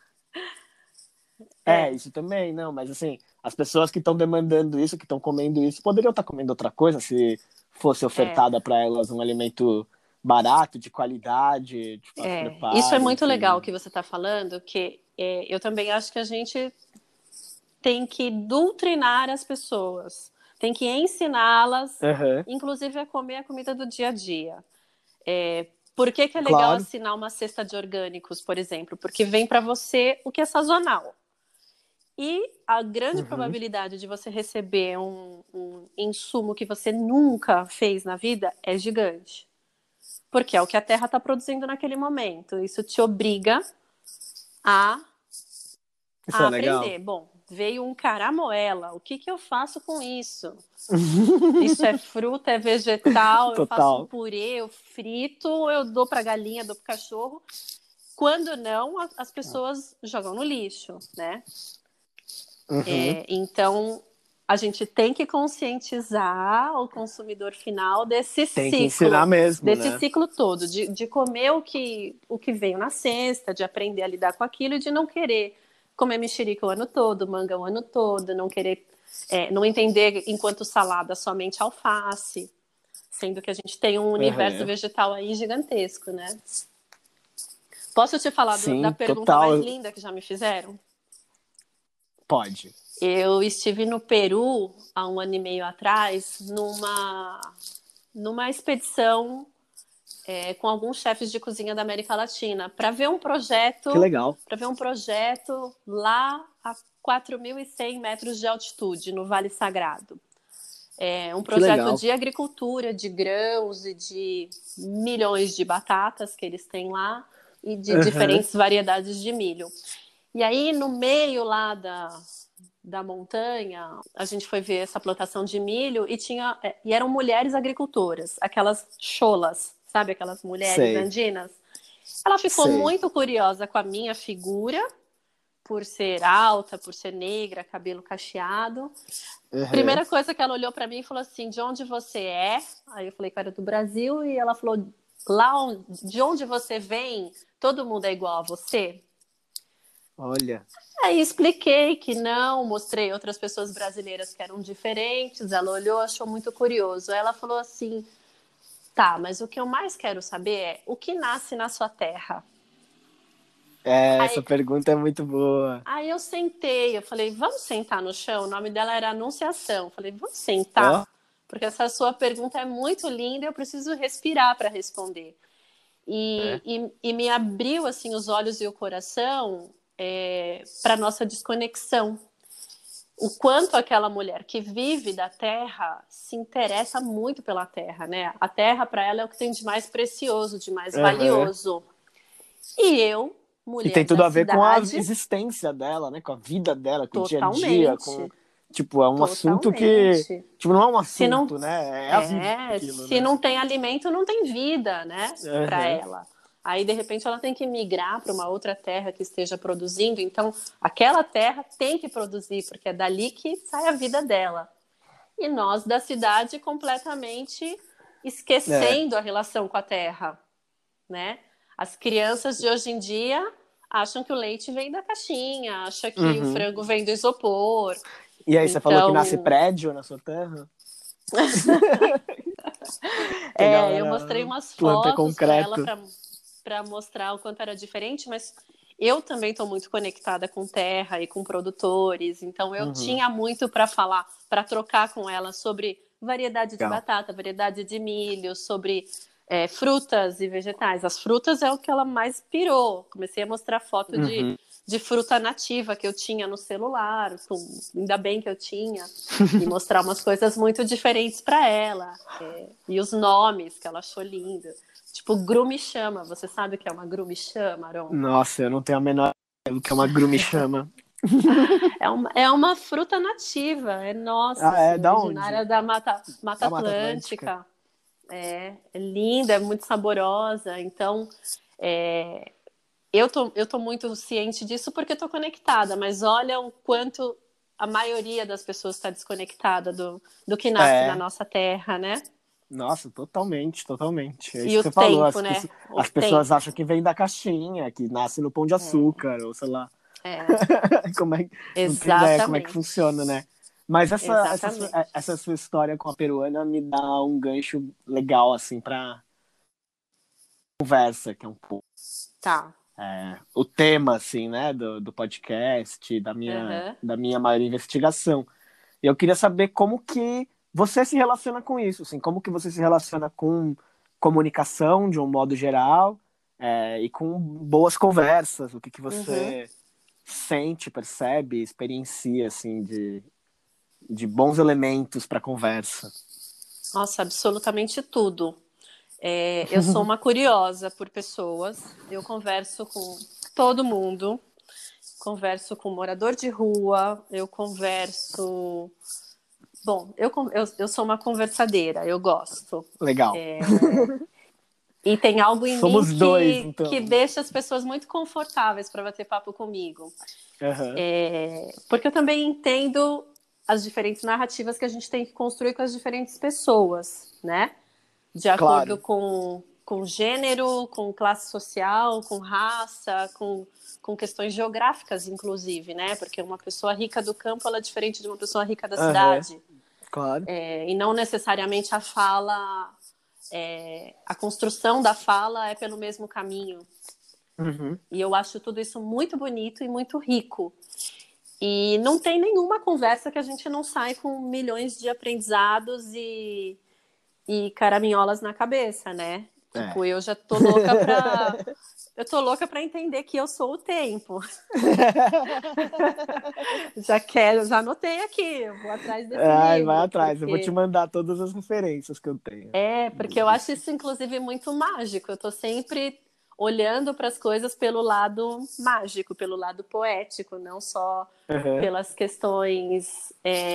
Isso também, não, mas assim, as pessoas que estão demandando isso, que estão comendo isso, poderiam estar comendo outra coisa se fosse ofertada para elas um alimento barato, de qualidade, de fácil preparo. Isso é muito legal o que você está falando, que eu também acho que a gente tem que doutrinar as pessoas, tem que ensiná-las, inclusive a comer a comida do dia a dia. Por que é legal assinar uma cesta de orgânicos, por exemplo? Porque vem para você o que é sazonal. E a grande probabilidade de você receber um insumo que você nunca fez na vida é gigante. Porque é o que a terra está produzindo naquele momento. Isso te obriga a aprender. Bom, veio um caramoela. O que eu faço com isso? Isso é fruta, é vegetal, eu faço um purê, eu frito, eu dou para galinha, dou para cachorro. Quando não, as pessoas jogam no lixo, né? Então, a gente tem que conscientizar o consumidor final desse Tem que ensinar mesmo, desse né? ciclo todo, de comer o que veio na cesta, de aprender a lidar com aquilo e de não querer comer mexerica o ano todo, manga o ano todo, não querer, não entender enquanto salada somente alface, sendo que a gente tem um universo vegetal aí gigantesco, né? Posso te falar da Sim, pergunta total. mais linda que já me fizeram? Pode. Eu estive no Peru há 1 ano e meio atrás numa expedição com alguns chefes de cozinha da América Latina para ver um projeto. Que legal. Para ver um projeto lá a 4.100 metros de altitude no Vale Sagrado. É um projeto de agricultura, de grãos e de milhões de batatas que eles têm lá e de diferentes variedades de milho. E aí, no meio lá da montanha, a gente foi ver essa plantação de milho e eram mulheres agricultoras, aquelas cholas, sabe? Aquelas mulheres andinas. Ela ficou muito curiosa com a minha figura, por ser alta, por ser negra, cabelo cacheado. Primeira coisa que ela olhou para mim e falou assim, de onde você é? Aí eu falei que era do Brasil e ela falou, de onde você vem, todo mundo é igual a você? Olha. Aí expliquei que não, mostrei outras pessoas brasileiras que eram diferentes, ela olhou, achou muito curioso. Aí ela falou assim, tá, mas o que eu mais quero saber é o que nasce na sua terra? Essa pergunta é muito boa. Aí eu sentei, eu falei, vamos sentar no chão? O nome dela era Anunciação. Eu falei, vamos sentar? Porque essa sua pergunta é muito linda e eu preciso respirar para responder. E me abriu assim, os olhos e o coração para nossa desconexão. O quanto aquela mulher que vive da terra se interessa muito pela terra, né? A terra, para ela, é o que tem de mais precioso, de mais valioso. E eu, mulher e tem tudo da a ver cidade, com a existência dela, né? Com a vida dela, com o dia a dia, com... Tipo, é um assunto que... Tipo, não é um assunto, né? É a vida aquilo, se não tem alimento, não tem vida, né? Para ela. Aí, de repente, ela tem que migrar para uma outra terra que esteja produzindo. Então, aquela terra tem que produzir, porque é dali que sai a vida dela. E nós, da cidade, completamente esquecendo a relação com a terra, né? As crianças de hoje em dia acham que o leite vem da caixinha, acham que o frango vem do isopor. E aí, você falou que nasce prédio na sua terra? Eu mostrei umas fotos para ela para mostrar o quanto era diferente, mas eu também estou muito conectada com terra e com produtores, então eu tinha muito para falar, para trocar com ela sobre variedade de batata, variedade de milho, sobre frutas e vegetais. As frutas é o que ela mais pirou. Comecei a mostrar foto de fruta nativa que eu tinha no celular, ainda bem que eu tinha, e mostrar umas coisas muito diferentes para ela, e os nomes que ela achou lindo. Tipo, grumichama. Você sabe o que é uma grumichama, Aron? Nossa, eu não tenho a menor ideia do que é uma grumichama. É uma fruta nativa, é nossa, originária da Mata Atlântica. É linda, é muito saborosa. Então, eu tô muito ciente disso porque estou conectada, mas olha o quanto a maioria das pessoas está desconectada do que nasce na nossa terra, né? Nossa, totalmente. É E isso o que você tempo, falou. né? As pessoas acham que vem da caixinha, que nasce no pão de açúcar, ou sei lá. Como é, não tem ideia como é que funciona, né? Mas essa sua história com a peruana me dá um gancho legal, assim, pra conversa, que é um pouco o tema, assim, né, do podcast, da minha maior investigação. E eu queria saber como que você se relaciona com isso, assim, como que você se relaciona com comunicação, de um modo geral, e com boas conversas, o que você sente, percebe, experiencia, assim, de bons elementos para conversa. Nossa, absolutamente tudo. Eu sou uma curiosa por pessoas, eu converso com todo mundo, converso com morador de rua, eu converso... Bom, eu sou uma conversadeira, eu gosto. Legal. E tem algo em Somos mim dois, então. que deixa as pessoas muito confortáveis para bater papo comigo. Aham. Porque eu também entendo as diferentes narrativas que a gente tem que construir com as diferentes pessoas, né? De acordo Claro. com gênero, com classe social, com raça, com questões geográficas, inclusive, né? Porque uma pessoa rica do campo, ela é diferente de uma pessoa rica da Aham. cidade. Claro. E não necessariamente a fala, a construção da fala é pelo mesmo caminho. Uhum. E eu acho tudo isso muito bonito e muito rico. E não tem nenhuma conversa que a gente não sai com milhões de aprendizados e caraminholas na cabeça, né? É. Tipo, eu já tô louca pra... Eu tô louca pra entender que eu sou o tempo. Já anotei aqui, eu vou atrás desse Ai, vai livro, atrás. Eu vou te porque... mandar todas as referências que eu tenho Porque eu acho disso. isso, inclusive, muito mágico. Eu tô sempre olhando para as coisas pelo lado mágico, pelo lado poético, não só Aham. pelas questões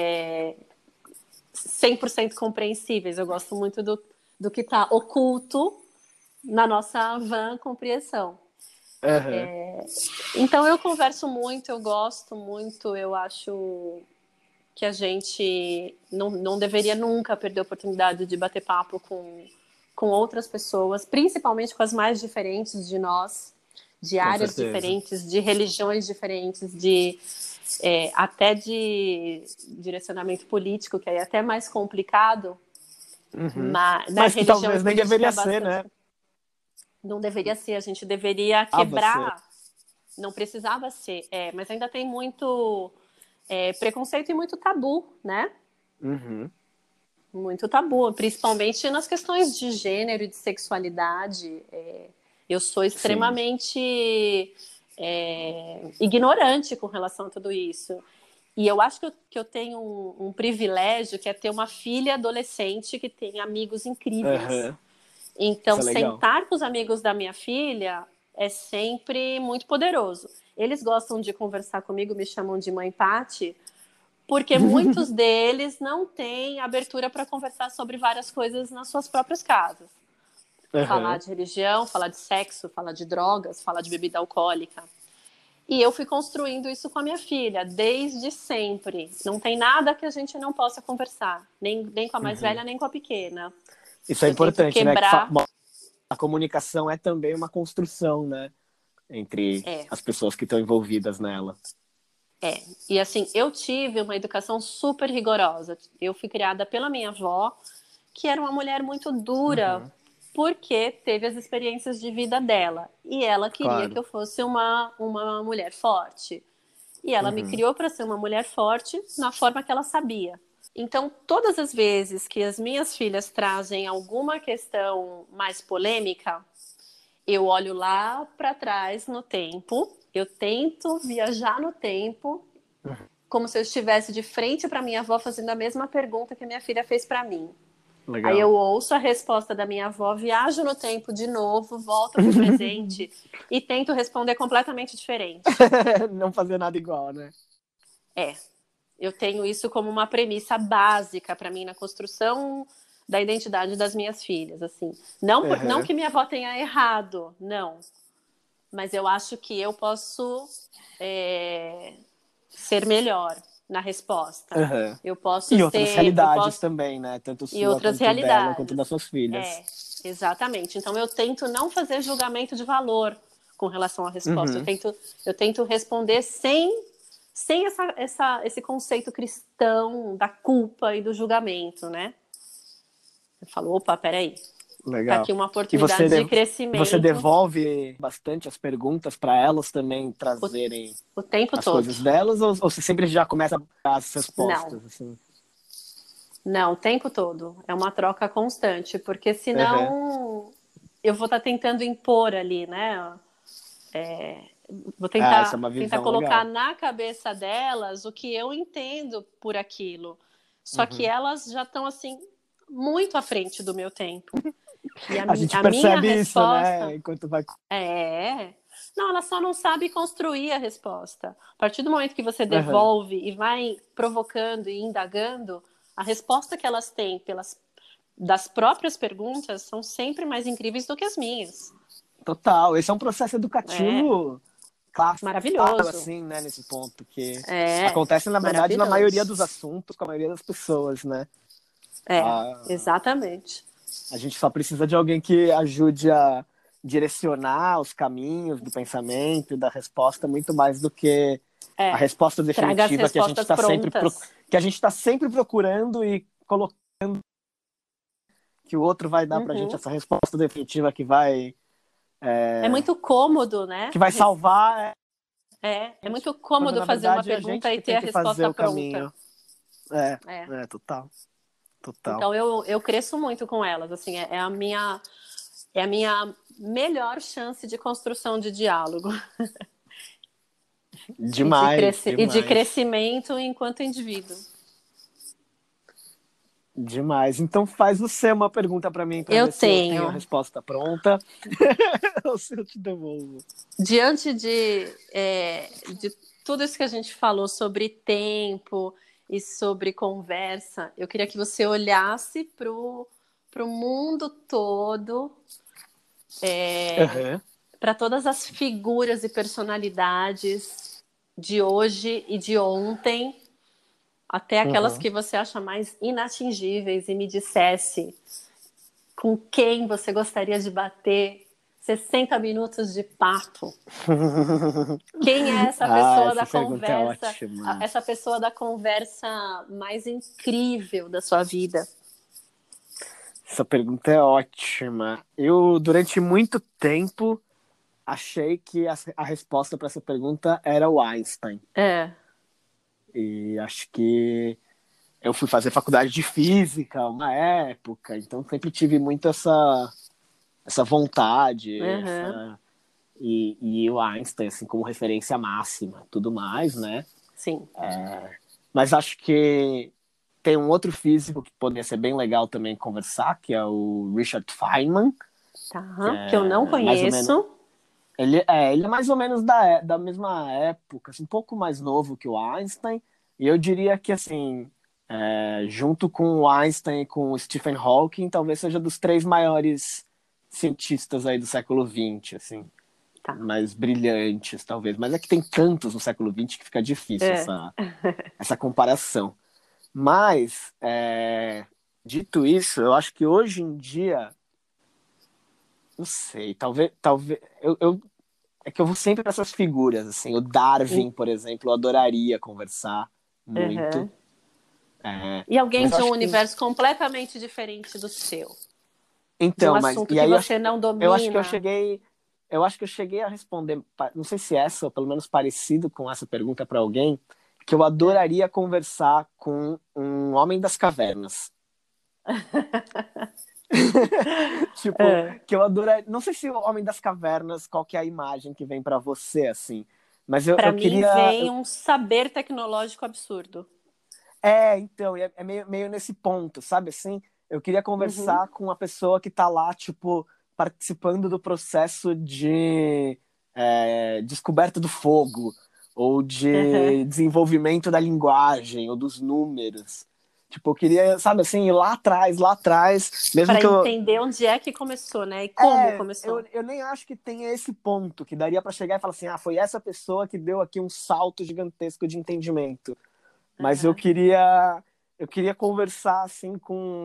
100% compreensíveis. Eu gosto muito do que está oculto na nossa vã compreensão. Aham. Então eu converso muito, eu gosto muito, eu acho que a gente não deveria nunca perder a oportunidade de bater papo com outras pessoas, principalmente com as mais diferentes de nós, de Com áreas certeza. diferentes, de religiões diferentes, até de direcionamento político, que aí é até mais complicado, Uhum. mas na Mas que religião e talvez nem política deveria é ser, bastante. né? Não deveria ser, a gente deveria Precisava ser. quebrar, não precisava ser, mas ainda tem muito preconceito e muito tabu, né? Uhum. Muito tabu, principalmente nas questões de gênero e de sexualidade. Eu sou Sim. extremamente ignorante com relação a tudo isso. E eu acho que eu tenho um privilégio, que é ter uma filha adolescente que tem amigos incríveis. Aham. Isso Então, é legal. sentar com os amigos da minha filha é sempre muito poderoso. Eles gostam de conversar comigo, me chamam de mãe Pati, porque muitos deles não têm abertura para conversar sobre várias coisas nas suas próprias casas. Falar Aham. de religião, falar de sexo, falar de drogas, falar de bebida alcoólica. E eu fui construindo isso com a minha filha, desde sempre. Não tem nada que a gente não possa conversar, nem com a mais Uhum. velha, nem com a pequena. Isso é Eu tento importante, né? quebrar. A comunicação é também uma construção, né? Entre É, as pessoas que estão envolvidas nela. E assim, eu tive uma educação super rigorosa. Eu fui criada pela minha avó, que era uma mulher muito dura, Uhum. porque teve as experiências de vida dela. E ela queria que Claro. eu fosse uma mulher forte. E ela me Uhum. criou para ser uma mulher forte na forma que ela sabia. Então, todas as vezes que as minhas filhas trazem alguma questão mais polêmica, eu olho lá para trás no tempo, eu tento viajar no tempo, como se eu estivesse de frente para minha avó fazendo a mesma pergunta que a minha filha fez para mim. Aí Legal. eu ouço a resposta da minha avó, viajo no tempo de novo, volto para o presente e tento responder completamente diferente. Não fazer nada igual, né? É, eu tenho isso como uma premissa básica para mim na construção da identidade das minhas filhas, assim. Não Uhum. que minha avó tenha errado, não. Mas eu acho que eu posso ser melhor na resposta. Uhum. Eu posso E outras ser, eu realidades posso também, né? Tanto e sua outras quanto dela, quanto realidades. das suas filhas. É, exatamente. Então eu tento não fazer julgamento de valor com relação à resposta. Uhum. Eu tento responder sem esse conceito cristão da culpa e do julgamento, né? Eu falo, opa, peraí, tá Legal. aqui uma E oportunidade de você crescimento devolve bastante as perguntas para elas também o, trazerem o tempo as todo. coisas delas, ou você sempre já começa a dar as Não, respostas, assim? não, o tempo todo. É uma troca constante, porque Uhum. senão eu vou estar tentando impor ali, né? Vou Ah, essa é uma tentar visão colocar legal. na cabeça delas o que eu entendo por aquilo. Só que Uhum. elas já estão assim muito à frente do meu tempo. E A gente a minha percebe isso, né? resposta Enquanto vai. é. Não, ela só não sabe construir a resposta. A partir do momento que você Uhum. devolve e vai provocando e indagando, a resposta que elas têm das próprias perguntas são sempre mais incríveis do que as minhas. Total. Esse é um processo É, educativo clássico, Maravilhoso. assim, né, nesse ponto, que É, acontece, na verdade, na maravilhoso. maioria dos assuntos, com a maioria das pessoas, né? Exatamente. A gente só precisa de alguém que ajude a direcionar os caminhos do pensamento, da resposta, muito mais do que a resposta Traga as definitiva respostas prontas. que a gente está sempre procurando e colocando que o outro vai dar pra gente essa resposta definitiva É muito cômodo, né? que vai salvar. É muito Quando cômodo na fazer uma verdade é a gente pergunta e que ter tem a que fazer resposta o pronta. caminho. É. Total. Então eu cresço muito com elas, assim, é a minha melhor chance de construção de diálogo Demais, e de demais. crescimento enquanto indivíduo. Demais. Então faz você uma pergunta para mim para Eu ver se eu tenho a tenho, resposta pronta ou se eu te devolvo. diante de tudo isso que a gente falou sobre tempo e sobre conversa, eu queria que você olhasse pro mundo todo, Uhum. para todas as figuras e personalidades de hoje e de ontem, até aquelas Uhum. que você acha mais inatingíveis, e me dissesse com quem você gostaria de bater 60 minutos de papo. Quem é essa pessoa da Essa pergunta é conversa, ótima. essa pessoa da conversa mais incrível da sua vida? Essa pergunta é ótima. Eu, durante muito tempo, achei que a resposta para essa pergunta era o Einstein. É. E acho que eu fui fazer faculdade de física uma época, então sempre tive muito essa vontade, Uhum. e o Einstein, assim, como referência máxima, tudo mais, né? Sim. Mas acho que tem um outro físico que poderia ser bem legal também conversar, que é o Richard Feynman, Tá. Que eu não mais ou menos. conheço. Ele é mais ou menos da mesma época, assim, um pouco mais novo que o Einstein, e eu diria que, assim, junto com o Einstein e com o Stephen Hawking, talvez seja dos três maiores cientistas aí do século XX, assim, Tá. mais brilhantes, talvez. Mas é que tem tantos no século XX que fica difícil É. essa comparação. Mas, dito isso, eu acho que hoje em dia, não sei, talvez é que eu vou sempre para essas figuras, assim, o Darwin, por exemplo, eu adoraria conversar muito. Uhum. E alguém Mas eu de um acho que, universo completamente diferente do seu, de um então, mas assunto e que aí você não eu acho que domina. eu acho que eu cheguei a responder, não sei se essa, ou pelo menos parecido com essa pergunta para alguém, que eu adoraria conversar com um homem das cavernas. Tipo, É. que eu adoraria. Não sei se o Homem das Cavernas, qual que é a imagem que vem pra você, assim. Mas eu Para mim queria. vem um saber tecnológico absurdo. Então, é meio nesse ponto, sabe assim? Eu queria Uhum. conversar com uma pessoa que tá lá, tipo, participando do processo de descoberta do fogo, ou Uhum. de desenvolvimento da linguagem, ou dos números. Tipo, eu queria, sabe assim, ir lá atrás, mesmo Para que eu, entender onde é que começou, né? E como eu, começou. eu nem acho que tenha esse ponto, que daria para chegar e falar assim, foi essa pessoa que deu aqui um salto gigantesco de entendimento. Mas Uhum. eu queria conversar assim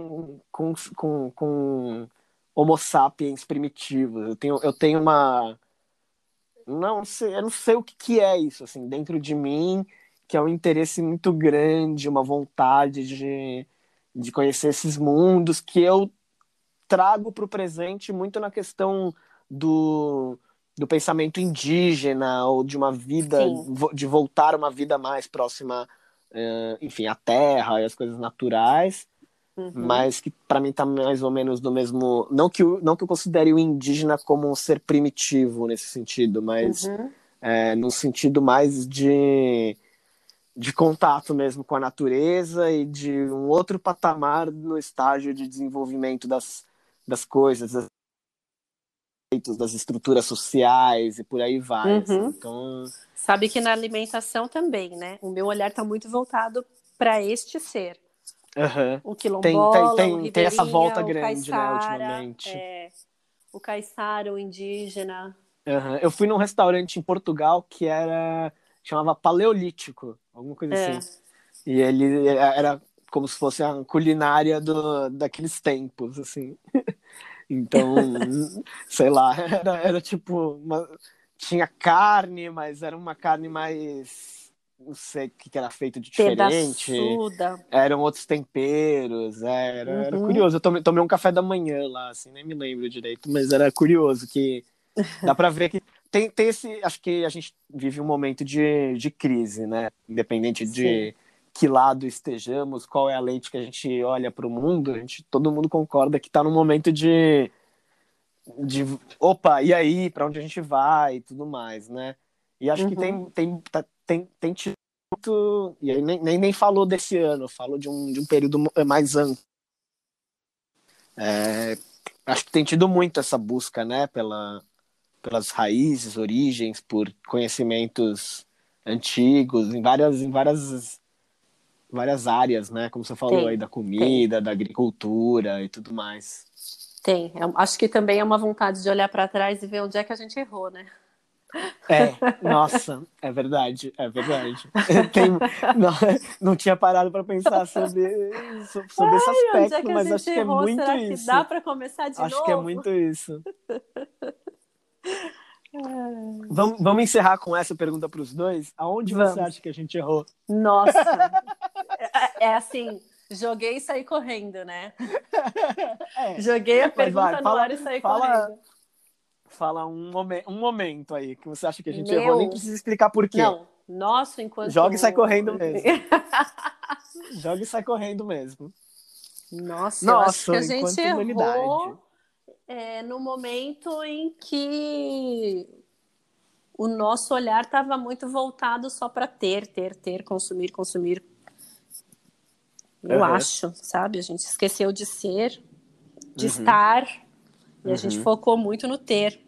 com Homo sapiens primitivos. Eu tenho uma, não sei, eu não sei o que é isso assim dentro de mim, que é um interesse muito grande, uma vontade de conhecer esses mundos que eu trago para o presente muito na questão do, do pensamento indígena ou de uma vida, Sim. de voltar a uma vida mais próxima, enfim, à terra e às coisas naturais, Uhum. mas que para mim está mais ou menos do mesmo. Não que eu considere o indígena como um ser primitivo nesse sentido, mas Uhum. no sentido mais de contato mesmo com a natureza e de um outro patamar no estágio de desenvolvimento das coisas, das estruturas sociais e por aí vai, assim. Uhum. Então, Sabe que na alimentação também, né? O meu olhar está muito voltado para este ser. uhum. O Tem, quilombola, o tem, tem essa volta ribeirinha, grande, né, ultimamente. o caiçara, o indígena. Aham. Eu fui num restaurante em Portugal que chamava Paleolítico, alguma coisa É, assim. E ele era como se fosse a culinária daqueles tempos, assim. Então, sei lá, era tipo tinha carne, mas era uma carne mais, não sei o que era feito de diferente. pedaçuda. Eram outros temperos, era Uhum. curioso. Eu tomei um café da manhã lá, assim, nem me lembro direito, mas era curioso que dá pra ver que tem esse. Acho que a gente vive um momento de crise, né? Independente Sim, de que lado estejamos, qual é a lente que a gente olha para o mundo, todo mundo concorda que está num momento de opa, e aí, para onde a gente vai e tudo mais, né? E acho que uhum. tem tido muito. E aí nem falou desse ano, falou de um período mais amplo. Acho que tem tido muito essa busca, né, pelas raízes, origens, por conhecimentos antigos, várias áreas, né? Como você falou aí, Tem, da tem, comida, da agricultura e tudo mais. tem. Acho que também é uma vontade de olhar para trás e ver onde é que a gente errou, né? Nossa, é verdade, é verdade. Não, não tinha parado para pensar sobre esse E onde é aspecto, que a mas gente acho que é errou? muito Será que dá isso. para começar de Acho que é novo? muito isso. Vamos encerrar com essa pergunta para os dois. Aonde você Vamos. acha que a gente errou? Nossa, é assim, joguei e saí correndo, né? É, Joguei a mas vai, pergunta no ar e saí fala, correndo. fala um momento aí que você acha que a gente errou. Nem Meu, precisa explicar por quê. não, nosso Joga e sai enquanto. correndo mesmo. Joga e sai correndo mesmo. Nossa, eu acho que a Nossa, gente enquanto humanidade. errou no momento em que o nosso olhar estava muito voltado só para ter, consumir, consumir. Eu Uhum, acho, sabe? A gente esqueceu de ser, de uhum, estar, e a gente uhum. focou muito no ter.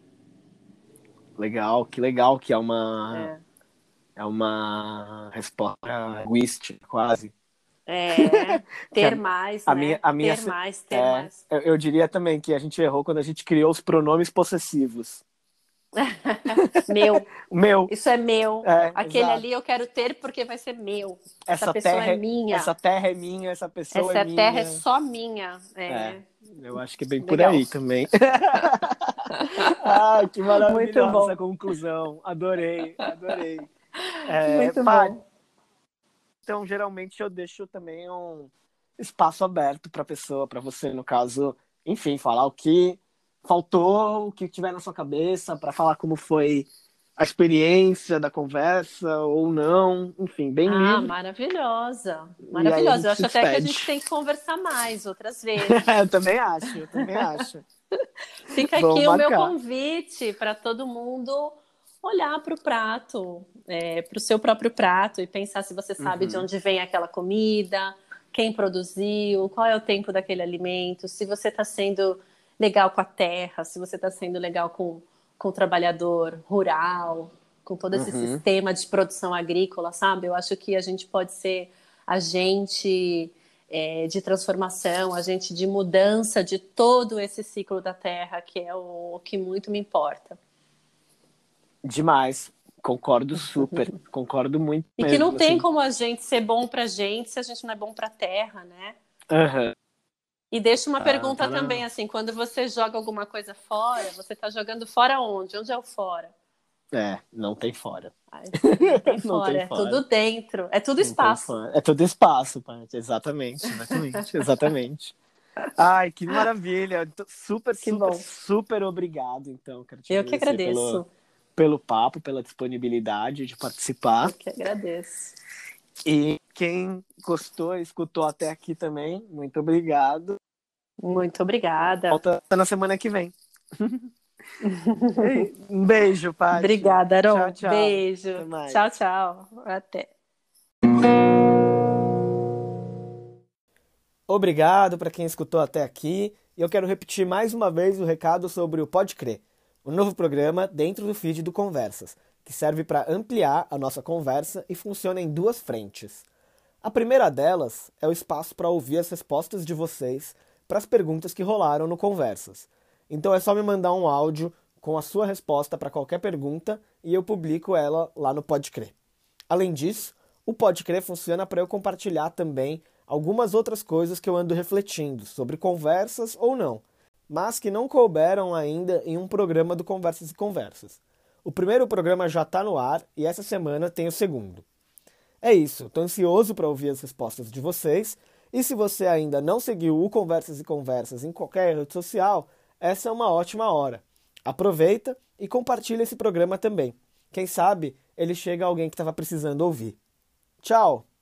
Legal que É, é uma resposta egoística, quase. Que ter mais, a minha, né? a minha, Ter mais, ter é, mais. eu diria também que a gente errou quando a gente criou os pronomes possessivos. Meu, O meu, isso é meu. Aquele exato. ali eu quero ter porque vai ser meu. Essa Essa pessoa é terra, minha. essa terra é minha, essa pessoa é Essa terra é minha. só minha. É, É, eu acho que é bem por legal. aí também. Ai, que Muito maravilhosa essa bom. conclusão. Adorei, adorei. Muito Pá, bom. então geralmente eu deixo também um espaço aberto para a pessoa, para você, no caso, enfim, falar o que faltou, o que tiver na sua cabeça, para falar como foi a experiência da conversa ou não, enfim, bem Ah, livre. maravilhosa. E aí a Maravilhosa. Eu gente se acho até que a despede. gente tem que conversar mais outras vezes. Eu também acho, eu também acho. Fica Vamos aqui o meu marcar. convite para todo mundo olhar para o prato, para o seu próprio prato e pensar se você sabe de Uhum, onde vem aquela comida, quem produziu, qual é o tempo daquele alimento, se você está sendo legal com a terra, se você está sendo legal com o trabalhador rural, com todo esse uhum. sistema de produção agrícola, sabe? Eu acho que a gente pode ser agente de transformação, agente de mudança de todo esse ciclo da Terra, que é o que muito me importa. Demais. Concordo super. Concordo muito E que não mesmo, tem assim. como a gente ser bom para a gente se a gente não é bom para a Terra, né? Aham. E deixa uma Tá, pergunta tá também, assim, quando você joga alguma coisa fora, você está jogando fora onde? Onde é o fora? não tem fora. Ai, não tem Não tem fora, é fora. tudo dentro, é tudo Não tem espaço. fora. É todo espaço, Paty. Exatamente, exatamente, exatamente. Ai, que maravilha. Super, Que super, bom. super obrigado, então. Quero te Eu que agradecer agradeço. pelo papo, pela disponibilidade de participar. Eu que agradeço. E quem gostou, escutou até aqui também, muito obrigado. Muito obrigada. Volta na semana que vem. Um beijo, Paty. Obrigada, Tchau, Aron. tchau. Até Beijo. Tchau, mais. tchau. Até. Obrigado para quem escutou até aqui. E eu quero repetir mais uma vez o recado sobre o Pode Crer, o novo programa dentro do feed do Conversas, que serve para ampliar a nossa conversa e funciona em duas frentes. A primeira delas é o espaço para ouvir as respostas de vocês para as perguntas que rolaram no Conversas. Então é só me mandar um áudio com a sua resposta para qualquer pergunta e eu publico ela lá no Pode Crer. Além disso, o Pode Crer funciona para eu compartilhar também algumas outras coisas que eu ando refletindo, sobre conversas ou não, mas que não couberam ainda em um programa do Conversas e Conversas. O primeiro programa já está no ar e essa semana tem o segundo. É isso, estou ansioso para ouvir as respostas de vocês e se você ainda não seguiu o Conversas e Conversas em qualquer rede social, essa é uma ótima hora. Aproveita e compartilha esse programa também. Quem sabe ele chega a alguém que estava precisando ouvir. Tchau!